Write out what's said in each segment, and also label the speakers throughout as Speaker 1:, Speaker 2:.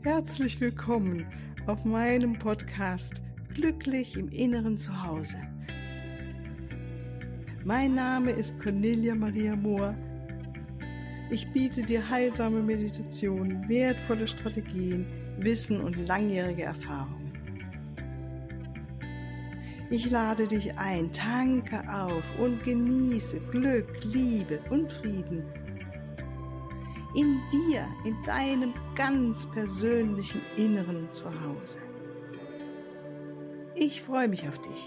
Speaker 1: Herzlich willkommen auf meinem Podcast Glücklich im Inneren Zuhause. Mein Name ist Cornelia Maria Mohr. Ich biete dir heilsame Meditationen, wertvolle Strategien, Wissen und langjährige Erfahrung. Ich lade dich ein, tanke auf und genieße Glück, Liebe und Frieden. In dir, in deinem ganz persönlichen Inneren Zuhause. Ich freue mich auf dich.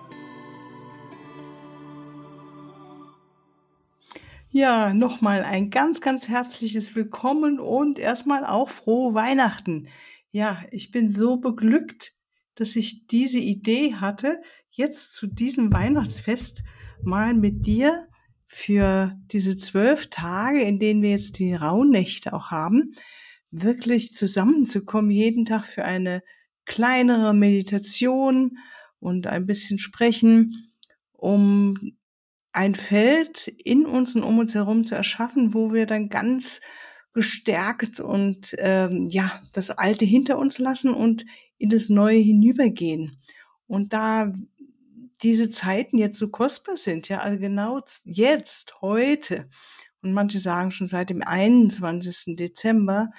Speaker 1: Ja, nochmal ein ganz, ganz herzliches Willkommen und erstmal auch frohe Weihnachten. Ja, ich bin so beglückt, dass ich diese Idee hatte, jetzt zu diesem Weihnachtsfest mal mit dir für diese 12 Tage, in denen wir jetzt die Rauhnächte auch haben, wirklich zusammenzukommen, jeden Tag für eine kleinere Meditation und ein bisschen sprechen, um ein Feld in uns und um uns herum zu erschaffen, wo wir dann ganz gestärkt und das Alte hinter uns lassen und in das Neue hinübergehen. Und da diese Zeiten jetzt so kostbar sind, ja, also genau jetzt, heute, und manche sagen schon seit dem 21. Dezember,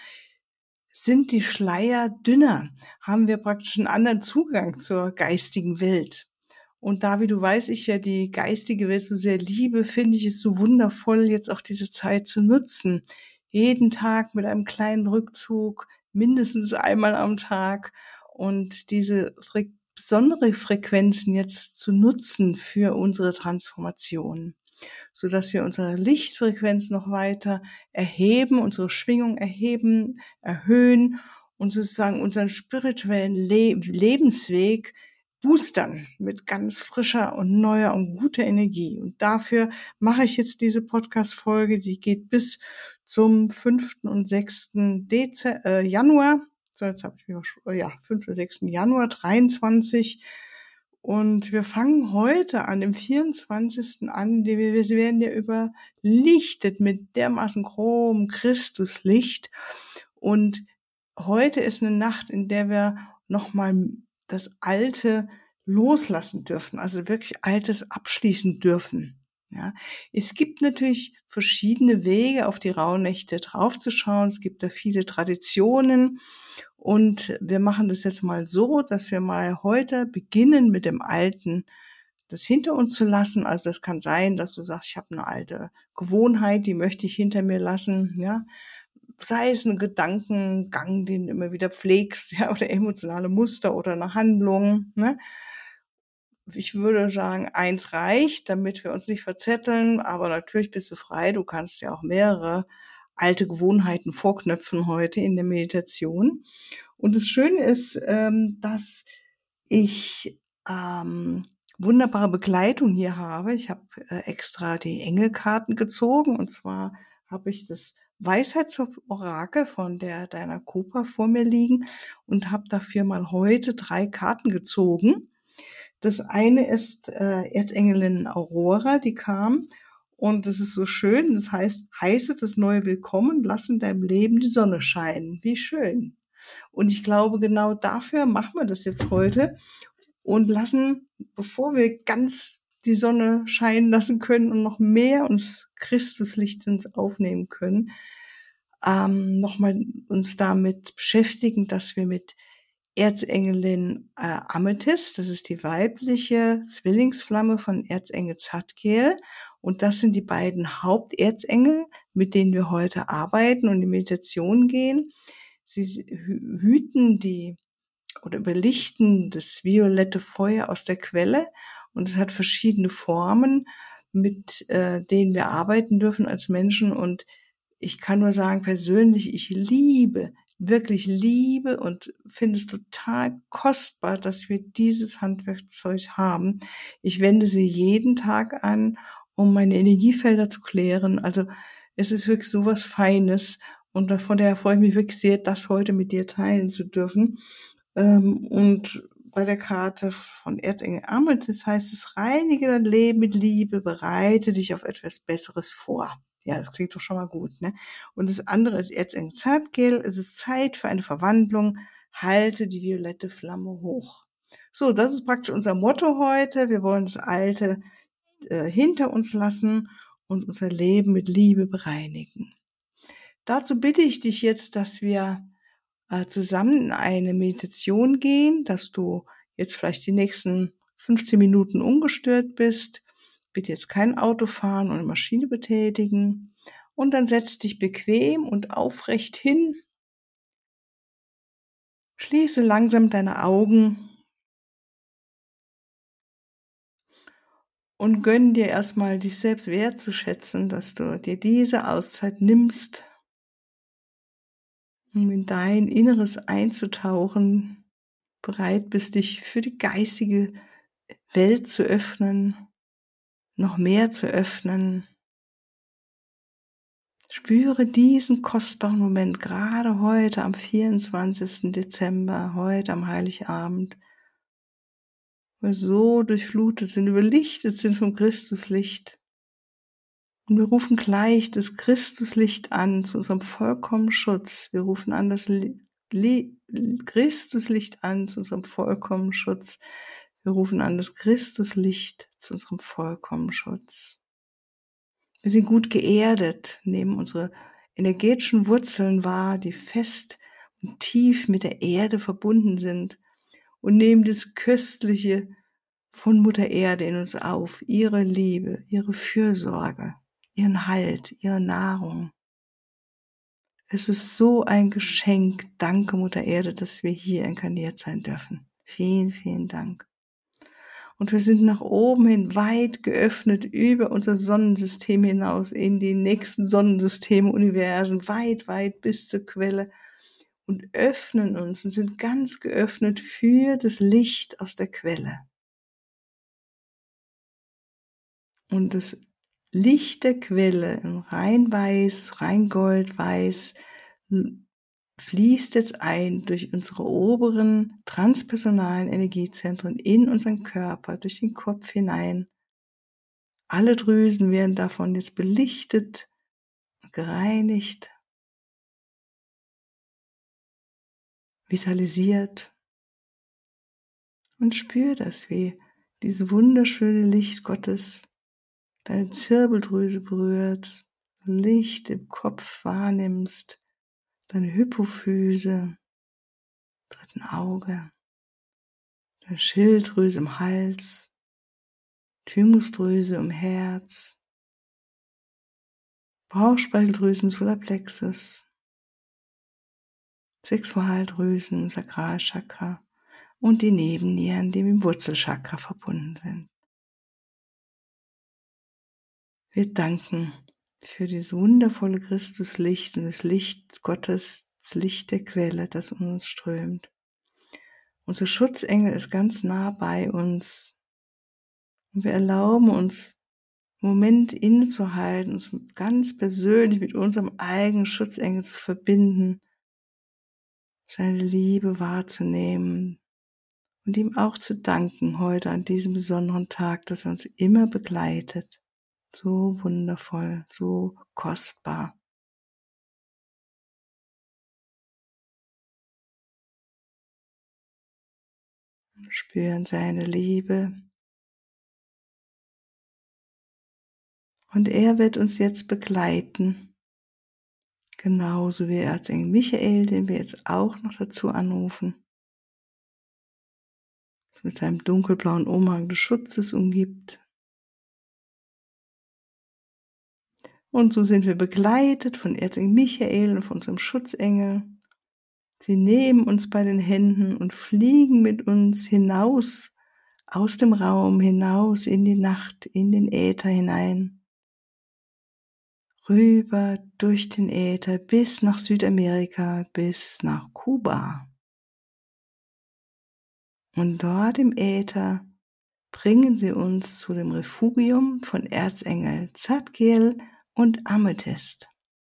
Speaker 1: sind die Schleier dünner, haben wir praktisch einen anderen Zugang zur geistigen Welt. Und da, wie du weißt, ich ja die geistige Welt so sehr liebe, finde ich es so wundervoll, jetzt auch diese Zeit zu nutzen. Jeden Tag mit einem kleinen Rückzug, mindestens einmal am Tag und diese besondere Frequenzen jetzt zu nutzen für unsere Transformation, so dass wir unsere Lichtfrequenz noch weiter erheben, unsere Schwingung erheben, erhöhen und sozusagen unseren spirituellen Lebensweg boostern mit ganz frischer und neuer und guter Energie. Und dafür mache ich jetzt diese Podcast-Folge, die geht bis zum 5. und 6. Januar. So, jetzt habe ich mich 5. und 6. Januar 23. Und wir fangen heute an, dem 24. an. Wir werden ja überlichtet mit dermaßen chrom Christuslicht. Und heute ist eine Nacht, in der wir nochmal das Alte loslassen dürfen, also wirklich Altes abschließen dürfen. Ja, es gibt natürlich verschiedene Wege, auf die Rauhnächte draufzuschauen. Es gibt da viele Traditionen. Und wir machen das jetzt mal so, dass wir mal heute beginnen mit dem Alten, das hinter uns zu lassen. Also das kann sein, dass du sagst, ich habe eine alte Gewohnheit, die möchte ich hinter mir lassen. Ja, sei es ein Gedankengang, den du immer wieder pflegst, ja, oder emotionale Muster oder eine Handlung. Ne? Ich würde sagen, eins reicht, damit wir uns nicht verzetteln. Aber natürlich bist du frei. Du kannst ja auch mehrere alte Gewohnheiten vorknöpfen heute in der Meditation. Und das Schöne ist, dass ich wunderbare Begleitung hier habe. Ich habe extra die Engelkarten gezogen, und zwar habe ich das Weisheitsorakel von der Diana Cooper vor mir liegen und habe dafür mal heute 3 Karten gezogen. Das eine ist Erzengelin Aurora, die kam, und das ist so schön. Das heißt, heiße das neue Willkommen, lass in deinem Leben die Sonne scheinen. Wie schön. Und ich glaube, genau dafür machen wir das jetzt heute und lassen, bevor wir ganz die Sonne scheinen lassen können und noch mehr uns Christuslicht uns aufnehmen können, nochmal uns damit beschäftigen, dass wir mit Erzengelin Amethyst, das ist die weibliche Zwillingsflamme von Erzengel Zadkiel, und das sind die beiden Haupterzengel, mit denen wir heute arbeiten und in Meditation gehen. Sie hüten oder überlichten das violette Feuer aus der Quelle, und es hat verschiedene Formen, mit denen wir arbeiten dürfen als Menschen. Und ich kann nur sagen, persönlich, ich wirklich liebe und finde es total kostbar, dass wir dieses Handwerkszeug haben. Ich wende sie jeden Tag an, um meine Energiefelder zu klären. Also es ist wirklich so was Feines, und von daher freue ich mich wirklich sehr, das heute mit dir teilen zu dürfen. Und bei der Karte von Erzengel Amethyst heißt es: Reinige dein Leben mit Liebe, bereite dich auf etwas Besseres vor. Ja, das klingt doch schon mal gut, ne? Und das andere ist Erzengel Zadkiel. Es ist Zeit für eine Verwandlung. Halte die violette Flamme hoch. So, das ist praktisch unser Motto heute. Wir wollen das Alte hinter uns lassen und unser Leben mit Liebe bereinigen. Dazu bitte ich dich jetzt, dass wir zusammen in eine Meditation gehen, dass du jetzt vielleicht die nächsten 15 Minuten ungestört bist. Bitte jetzt kein Auto fahren und eine Maschine betätigen. Und dann setz dich bequem und aufrecht hin. Schließe langsam deine Augen und gönn dir erstmal, dich selbst wertzuschätzen, dass du dir diese Auszeit nimmst, um in dein Inneres einzutauchen, bereit bist, dich für die geistige Welt zu öffnen, noch mehr zu öffnen. Spüre diesen kostbaren Moment, gerade heute am 24. Dezember, heute am Heiligabend, wo wir so durchflutet sind, überlichtet sind vom Christuslicht. Und wir rufen gleich das Christuslicht an zu unserem vollkommenen Schutz. Wir rufen an das Christuslicht an zu unserem vollkommenen Schutz. Wir rufen an das Christuslicht zu unserem vollkommenen Schutz. Wir sind gut geerdet, nehmen unsere energetischen Wurzeln wahr, die fest und tief mit der Erde verbunden sind, und nehmen das Köstliche von Mutter Erde in uns auf, ihre Liebe, ihre Fürsorge, ihren Halt, ihre Nahrung. Es ist so ein Geschenk, danke Mutter Erde, dass wir hier inkarniert sein dürfen. Vielen, vielen Dank. Und wir sind nach oben hin weit geöffnet über unser Sonnensystem hinaus in die nächsten Sonnensysteme, Universen, weit, weit bis zur Quelle, und öffnen uns und sind ganz geöffnet für das Licht aus der Quelle. Und das Licht der Quelle in rein weiß, rein goldweiß fließt jetzt ein durch unsere oberen transpersonalen Energiezentren in unseren Körper, durch den Kopf hinein. Alle Drüsen werden davon jetzt belichtet, gereinigt, vitalisiert, und spür das, wie dieses wunderschöne Licht Gottes deine Zirbeldrüse berührt, Licht im Kopf wahrnimmst, deine Hypophyse, dritten Auge, deine Schilddrüse im Hals, Thymusdrüse im Herz, Bauchspeicheldrüse im Solarplexus, Sexualdrüsen im Sakralchakra und die Nebennieren, die mit dem Wurzelchakra verbunden sind. Wir danken für dieses wundervolle Christuslicht und das Licht Gottes, das Licht der Quelle, das um uns strömt. Unser Schutzengel ist ganz nah bei uns. Und wir erlauben uns, einen Moment innezuhalten, uns ganz persönlich mit unserem eigenen Schutzengel zu verbinden, seine Liebe wahrzunehmen und ihm auch zu danken heute an diesem besonderen Tag, dass er uns immer begleitet. So wundervoll, so kostbar. Wir spüren seine Liebe. Und er wird uns jetzt begleiten. Genauso wie Erzengel Michael, den wir jetzt auch noch dazu anrufen. Mit seinem dunkelblauen Umhang des Schutzes umgibt. Und so sind wir begleitet von Erzengel Michael und von unserem Schutzengel. Sie nehmen uns bei den Händen und fliegen mit uns hinaus, aus dem Raum, hinaus in die Nacht, in den Äther hinein. Rüber durch den Äther bis nach Südamerika, bis nach Kuba. Und dort im Äther bringen sie uns zu dem Refugium von Erzengel Zadkiel und Amethyst.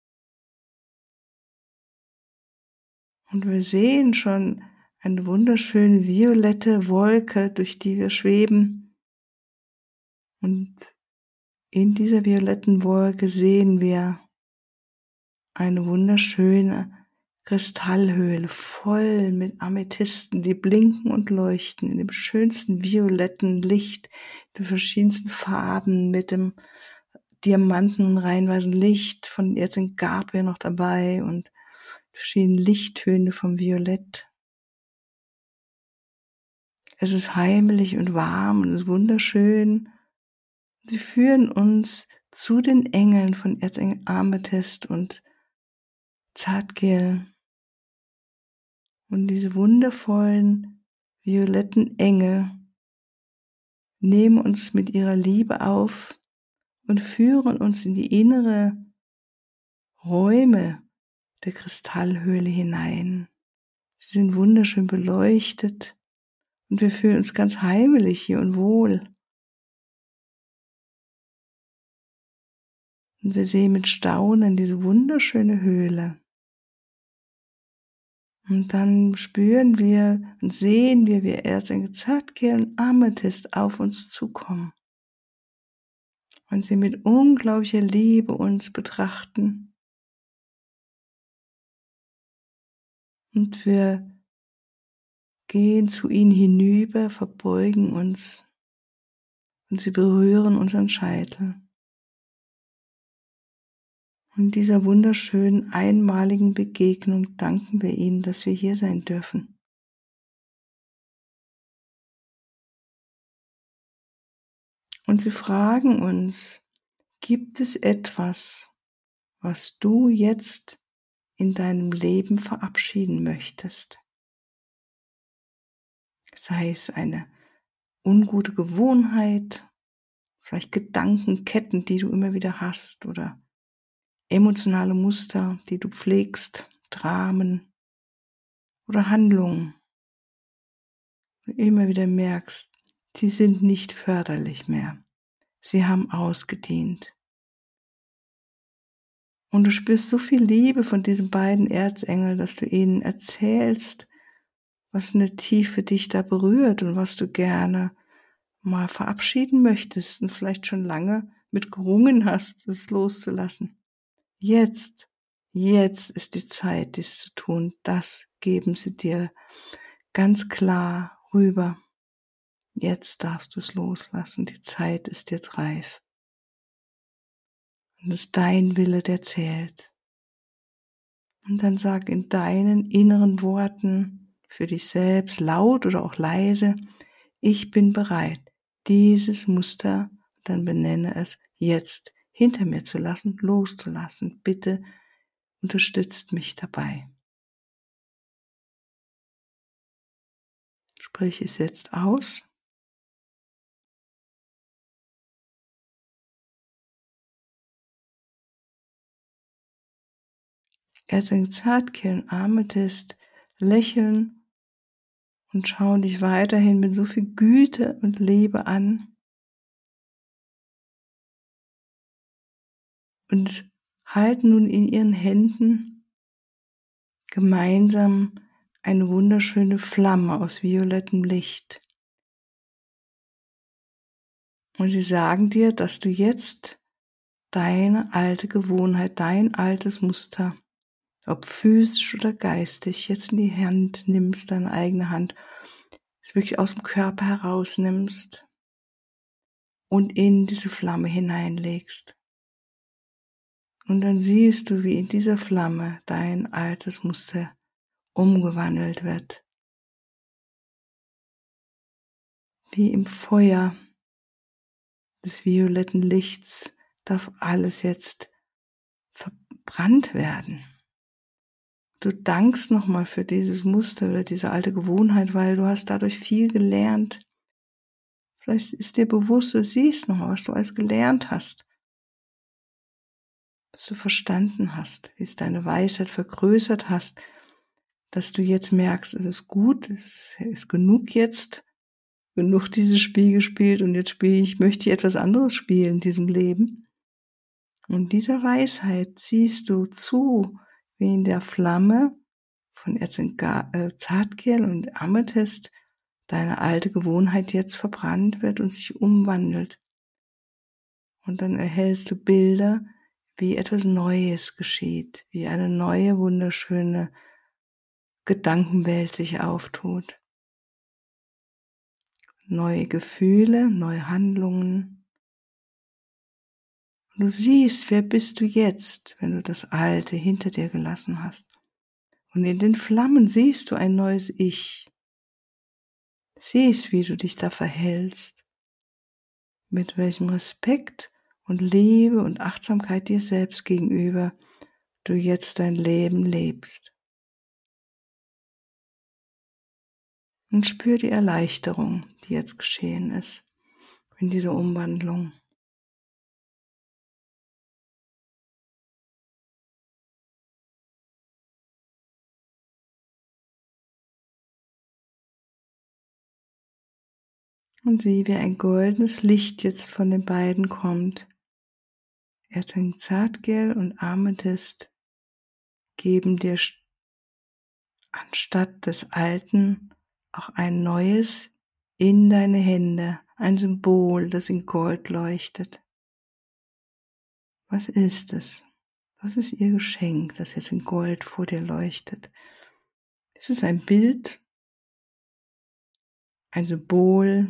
Speaker 1: Und wir sehen schon eine wunderschöne violette Wolke, durch die wir schweben. Und In dieser violetten Wolke sehen wir eine wunderschöne Kristallhöhle voll mit Amethysten, die blinken und leuchten in dem schönsten violetten Licht, den verschiedensten Farben, mit dem Diamanten reihenweisen Licht von Erzengabel noch dabei und verschiedene Lichttöne vom Violett. Es ist heimelig und warm und es ist wunderschön. Sie führen uns zu den Engeln von Erzengel Amethyst und Zadkiel. Und diese wundervollen violetten Engel nehmen uns mit ihrer Liebe auf und führen uns in die innere Räume der Kristallhöhle hinein. Sie sind wunderschön beleuchtet und wir fühlen uns ganz heimelig hier und wohl. Und wir sehen mit Staunen diese wunderschöne Höhle. Und dann spüren wir und sehen wir, wie Erzengel Zadkiel und Amethyst auf uns zukommen. Und sie mit unglaublicher Liebe uns betrachten. Und wir gehen zu ihnen hinüber, verbeugen uns und sie berühren unseren Scheitel. Und dieser wunderschönen, einmaligen Begegnung danken wir ihnen, dass wir hier sein dürfen. Und sie fragen uns, gibt es etwas, was du jetzt in deinem Leben verabschieden möchtest? Sei es eine ungute Gewohnheit, vielleicht Gedankenketten, die du immer wieder hast, oder emotionale Muster, die du pflegst, Dramen oder Handlungen, wo du immer wieder merkst, sie sind nicht förderlich mehr. Sie haben ausgedient. Und du spürst so viel Liebe von diesen beiden Erzengeln, dass du ihnen erzählst, was in der Tiefe dich da berührt und was du gerne mal verabschieden möchtest und vielleicht schon lange mit gerungen hast, es loszulassen. Jetzt ist die Zeit, dies zu tun. Das geben sie dir ganz klar rüber. Jetzt darfst du es loslassen. Die Zeit ist jetzt reif. Und es ist dein Wille, der zählt. Und dann sag in deinen inneren Worten für dich selbst, laut oder auch leise, ich bin bereit, dieses Muster, dann benenne es, jetzt hinter mir zu lassen, loszulassen. Bitte unterstützt mich dabei. Sprich es jetzt aus. Erzengel Zadkiel und Amethyst lächeln und schauen dich weiterhin mit so viel Güte und Liebe an und halten nun in ihren Händen gemeinsam eine wunderschöne Flamme aus violettem Licht. Und sie sagen dir, dass du jetzt deine alte Gewohnheit, dein altes Muster, ob physisch oder geistig, jetzt in die Hand nimmst, deine eigene Hand, es wirklich aus dem Körper herausnimmst und in diese Flamme hineinlegst. Und dann siehst du, wie in dieser Flamme dein altes Muster umgewandelt wird. Wie im Feuer des violetten Lichts darf alles jetzt verbrannt werden. Du dankst nochmal für dieses Muster oder diese alte Gewohnheit, weil du hast dadurch viel gelernt. Vielleicht ist dir bewusst, du siehst nochmal, was du alles gelernt hast. Was du verstanden hast, wie es deine Weisheit vergrößert hast, dass du jetzt merkst, es ist gut, es ist genug jetzt, genug dieses Spiel gespielt und jetzt möchte ich etwas anderes spielen in diesem Leben. Und dieser Weisheit siehst du zu, wie in der Flamme von Zadkiel und Amethyst deine alte Gewohnheit jetzt verbrannt wird und sich umwandelt. Und dann erhältst du Bilder, wie etwas Neues geschieht, wie eine neue, wunderschöne Gedankenwelt sich auftut. Neue Gefühle, neue Handlungen. Du siehst, wer bist du jetzt, wenn du das Alte hinter dir gelassen hast. Und in den Flammen siehst du ein neues Ich. Siehst, wie du dich da verhältst, mit welchem Respekt und Liebe und Achtsamkeit dir selbst gegenüber du jetzt dein Leben lebst. Und spür die Erleichterung, die jetzt geschehen ist in dieser Umwandlung. Und sieh, wie ein goldenes Licht jetzt von den beiden kommt. Erzengel und Amethyst geben dir anstatt des Alten auch ein neues in deine Hände, ein Symbol, das in Gold leuchtet. Was ist es? Was ist ihr Geschenk, das jetzt in Gold vor dir leuchtet? Ist es ein Bild, ein Symbol,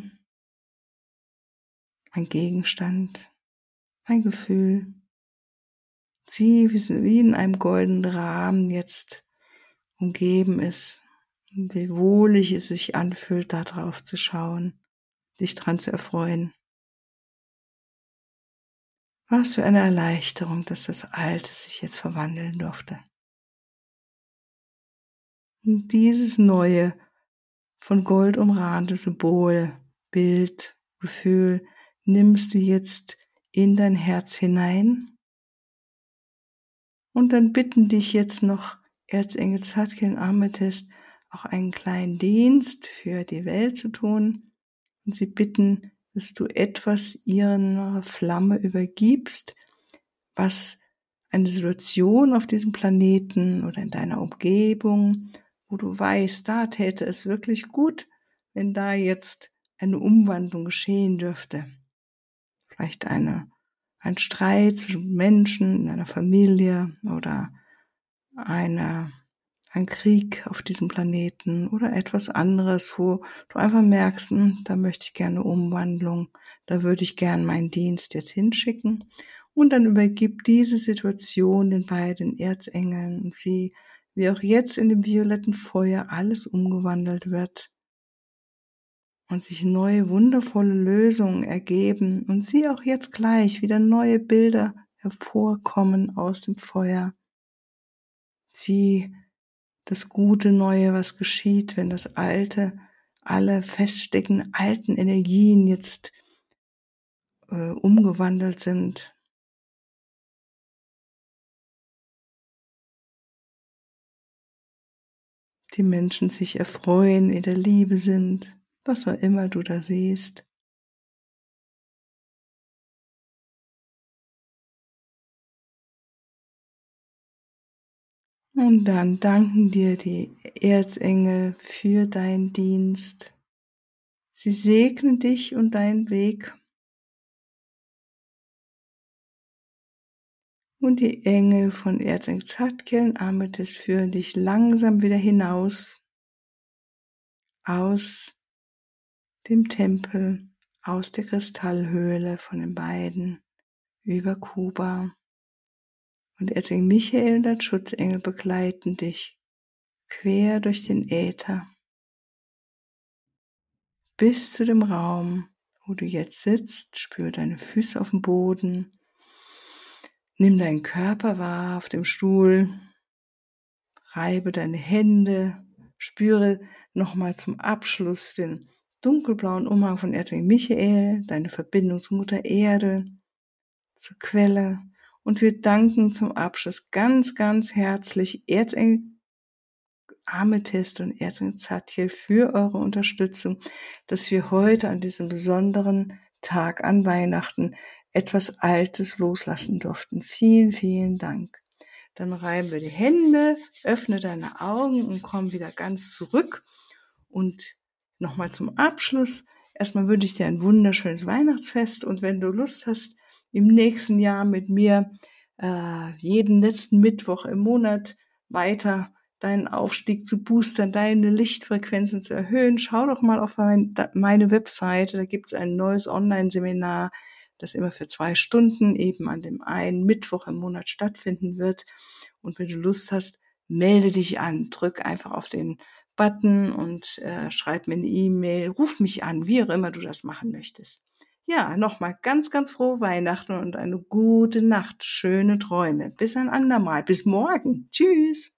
Speaker 1: ein Gegenstand, ein Gefühl? Sieh, wie in einem goldenen Rahmen jetzt umgeben ist, und wie wohlig es sich anfühlt, da drauf zu schauen, dich dran zu erfreuen. Was für eine Erleichterung, dass das Alte sich jetzt verwandeln durfte. Und dieses neue, von Gold umrahmte Symbol, Bild, Gefühl nimmst du jetzt in dein Herz hinein. Und dann bitten dich jetzt noch Erzengel Zadkiel und Amethyst, auch einen kleinen Dienst für die Welt zu tun. Und sie bitten, dass du etwas ihrer Flamme übergibst, was eine Situation auf diesem Planeten oder in deiner Umgebung, wo du weißt, da täte es wirklich gut, wenn da jetzt eine Umwandlung geschehen dürfte. Vielleicht ein Streit zwischen Menschen in einer Familie oder ein Krieg auf diesem Planeten oder etwas anderes, wo du einfach merkst, da möchte ich gerne Umwandlung, da würde ich gerne meinen Dienst jetzt hinschicken. Und dann übergib diese Situation den beiden Erzengeln und sieh, wie auch jetzt in dem violetten Feuer alles umgewandelt wird und sich neue, wundervolle Lösungen ergeben und sieh auch jetzt gleich wieder neue Bilder hervorkommen aus dem Feuer. Sieh das gute Neue, was geschieht, wenn das Alte, alle feststeckenden alten Energien jetzt umgewandelt sind. Die Menschen sich erfreuen, in der Liebe sind, was auch immer du da siehst. Und dann danken dir die Erzengel für deinen Dienst. Sie segnen dich und deinen Weg. Und die Engel von Erzengel Zadkiel und Amethyst führen dich langsam wieder hinaus aus dem Tempel, aus der Kristallhöhle von den beiden über Kuba. Und Erzengel Michael und der Schutzengel begleiten dich quer durch den Äther bis zu dem Raum, wo du jetzt sitzt. Spür deine Füße auf dem Boden. Nimm deinen Körper wahr auf dem Stuhl. Reibe deine Hände. Spüre nochmal zum Abschluss den dunkelblauen Umhang von Erzengel Michael, deine Verbindung zur Mutter Erde, zur Quelle. Und wir danken zum Abschluss ganz, ganz herzlich Erzengel Amethyst und Erzengel Zadkiel für eure Unterstützung, dass wir heute an diesem besonderen Tag an Weihnachten etwas Altes loslassen durften. Vielen, vielen Dank. Dann reiben wir die Hände, öffne deine Augen und komm wieder ganz zurück. Und nochmal zum Abschluss. Erstmal wünsche ich dir ein wunderschönes Weihnachtsfest und wenn du Lust hast, im nächsten Jahr mit mir jeden letzten Mittwoch im Monat weiter deinen Aufstieg zu boostern, deine Lichtfrequenzen zu erhöhen. Schau doch mal auf meine Webseite, da gibt's ein neues Online-Seminar, das immer für 2 Stunden eben an dem einen Mittwoch im Monat stattfinden wird. Und wenn du Lust hast, melde dich an, drück einfach auf den Button und schreib mir eine E-Mail, ruf mich an, wie auch immer du das machen möchtest. Ja, nochmal ganz, ganz frohe Weihnachten und eine gute Nacht, schöne Träume. Bis ein andermal, bis morgen. Tschüss.